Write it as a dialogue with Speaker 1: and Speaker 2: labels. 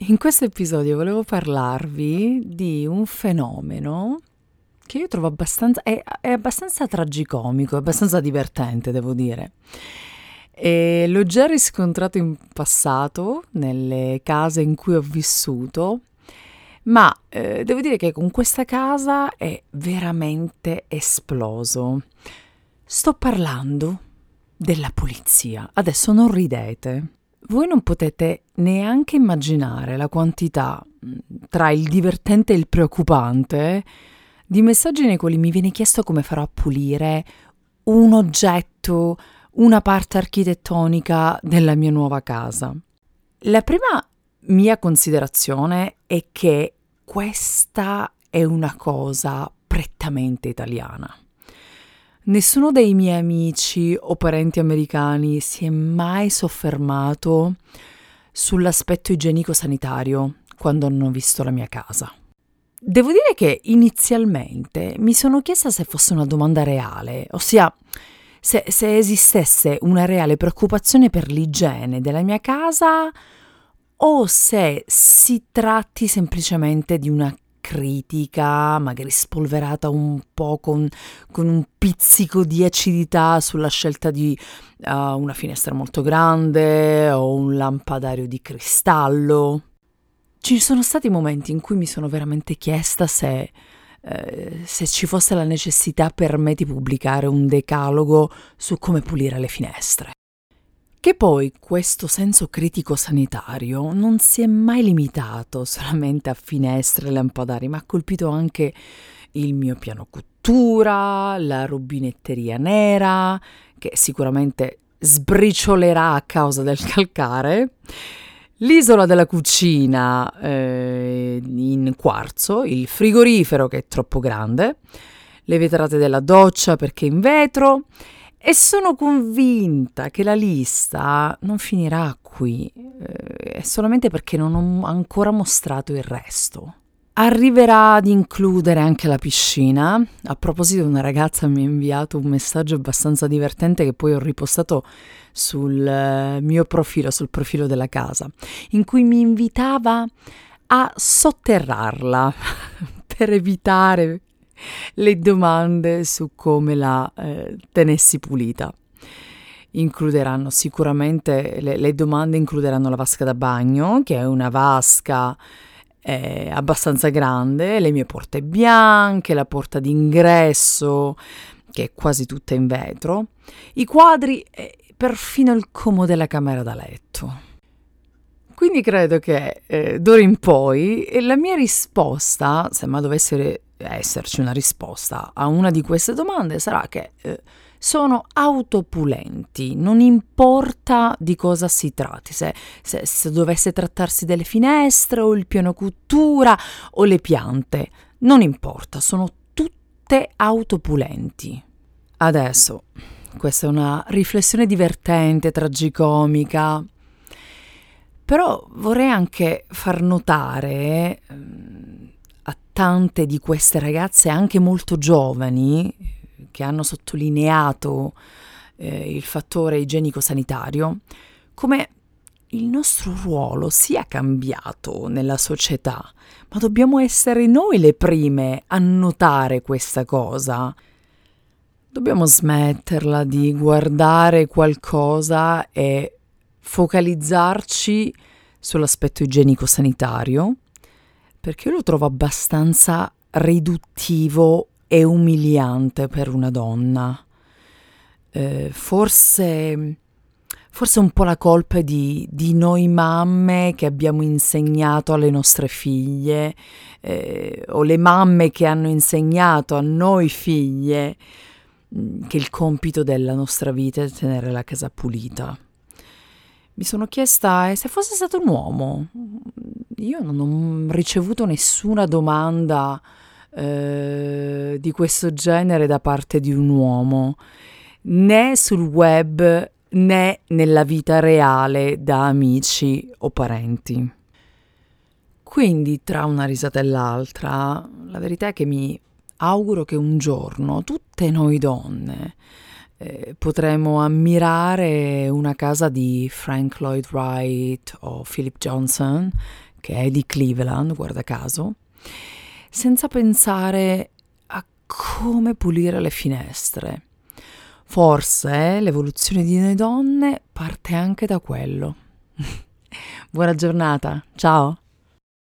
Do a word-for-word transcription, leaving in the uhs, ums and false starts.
Speaker 1: In questo episodio volevo parlarvi di un fenomeno che io trovo abbastanza, è, è abbastanza tragicomico, è abbastanza divertente, devo dire. E l'ho già riscontrato in passato, nelle case in cui ho vissuto, ma eh, devo dire che con questa casa è veramente esploso. Sto parlando della pulizia. Adesso non ridete. Voi non potete neanche immaginare la quantità, tra il divertente e il preoccupante, di messaggi nei quali mi viene chiesto come farò a pulire un oggetto, una parte architettonica della mia nuova casa. La prima mia considerazione è che questa è una cosa prettamente italiana. Nessuno dei miei amici o parenti americani si è mai soffermato sull'aspetto igienico-sanitario quando hanno visto la mia casa. Devo dire che inizialmente mi sono chiesta se fosse una domanda reale, ossia se, se esistesse una reale preoccupazione per l'igiene della mia casa o se si tratti semplicemente di una critica, magari spolverata un po' con, con un pizzico di acidità sulla scelta di uh, una finestra molto grande o un lampadario di cristallo. Ci sono stati momenti in cui mi sono veramente chiesta se, eh, se ci fosse la necessità per me di pubblicare un decalogo su come pulire le finestre. Che poi questo senso critico sanitario non si è mai limitato solamente a finestre e lampadari, ma ha colpito anche il mio piano cottura, la rubinetteria nera, che sicuramente sbriciolerà a causa del calcare, l'isola della cucina eh, in quarzo, il frigorifero che è troppo grande, le vetrate della doccia perché in vetro. E sono convinta che la lista non finirà qui, eh, è solamente perché non ho ancora mostrato il resto. Arriverà ad includere anche la piscina. A proposito, una ragazza mi ha inviato un messaggio abbastanza divertente che poi ho ripostato sul eh, mio profilo, sul profilo della casa, in cui mi invitava a sotterrarla per evitare le domande su come la eh, tenessi pulita. Includeranno sicuramente, le, le domande includeranno la vasca da bagno, che è una vasca eh, abbastanza grande, le mie porte bianche, la porta d'ingresso, che è quasi tutta in vetro, i quadri e perfino il comodo della camera da letto. Quindi credo che eh, d'ora in poi la mia risposta, se mai dovesse esserci una risposta a una di queste domande, sarà che eh, sono autopulenti, non importa di cosa si tratti, se, se, se dovesse trattarsi delle finestre o il piano cottura o le piante, non importa, sono tutte autopulenti. Adesso, questa è una riflessione divertente, tragicomica, però vorrei anche far notare ehm, a tante di queste ragazze, anche molto giovani, che hanno sottolineato eh, il fattore igienico-sanitario, come il nostro ruolo sia cambiato nella società, ma dobbiamo essere noi le prime a notare questa cosa. Dobbiamo smetterla di guardare qualcosa e focalizzarci sull'aspetto igienico-sanitario, perché io lo trovo abbastanza riduttivo e umiliante per una donna. Eh, forse, forse un po' la colpa è di, di noi mamme che abbiamo insegnato alle nostre figlie, eh, o le mamme che hanno insegnato a noi figlie mh, che il compito della nostra vita è tenere la casa pulita. Mi sono chiesta eh, se fosse stato un uomo. Io non ho ricevuto nessuna domanda eh, di questo genere da parte di un uomo, né sul web né nella vita reale da amici o parenti. Quindi, tra una risata e l'altra, la verità è che mi auguro che un giorno tutte noi donne Eh, potremo ammirare una casa di Frank Lloyd Wright o Philip Johnson che è di Cleveland, guarda caso, senza pensare a come pulire le finestre. Forse eh, l'evoluzione di noi donne parte anche da quello. Buona giornata, ciao!